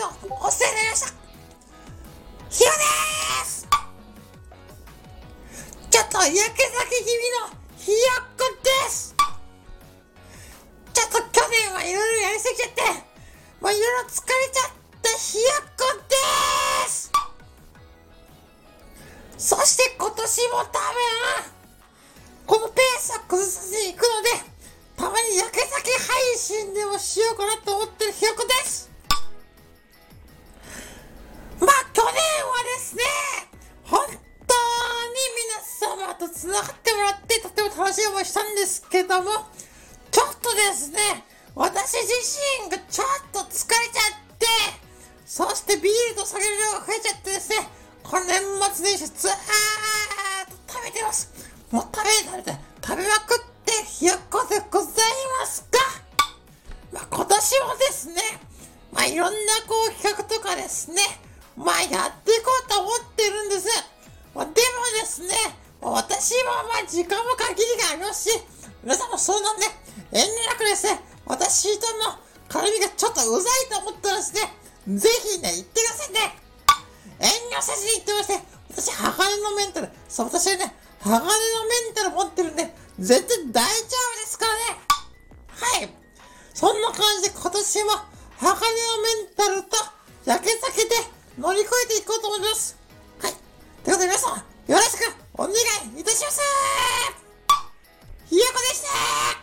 のお世話になりました。ヒロでーす。ちょっと焼け酒気味のひよっこです。ちょっと去年はいろいろやりすぎちゃって、もういろいろ疲れちゃったひよっこでーす。そして今年も多分このペースは崩さずにいくので、たまに焼け酒配信でもしようかなと思ってるひよっこです。まあ去年はですね、本当に皆様とつながってもらってとても楽しい思いしたんですけども、ちょっとですね、私自身がちょっと疲れちゃって、そしてビールと酒の量が増えちゃってですね、この年末年始ずーっと食べてます。もう食べまくってひよっこでございますが、まあ今年もですね、まあいろんな企画とかですね、まあやっていこうと思ってるんです。まあ、でもですね、私はまあ時間も限りがありますし、皆さんもそうなんで、遠慮なくですね、私との絡みがちょっとうざいと思ったらですね、ぜひね、言ってくださいね。遠慮せずに言ってまして、私、鋼のメンタル、そう、私はね、鋼のメンタル持ってるんで、全然大丈夫ですからね。はい。そんな感じで今年も、鋼のメンタルと焼け酒で乗り越えていこうと思います。はい。ということで皆さん、よろしくお願いいたします。ひよこでした。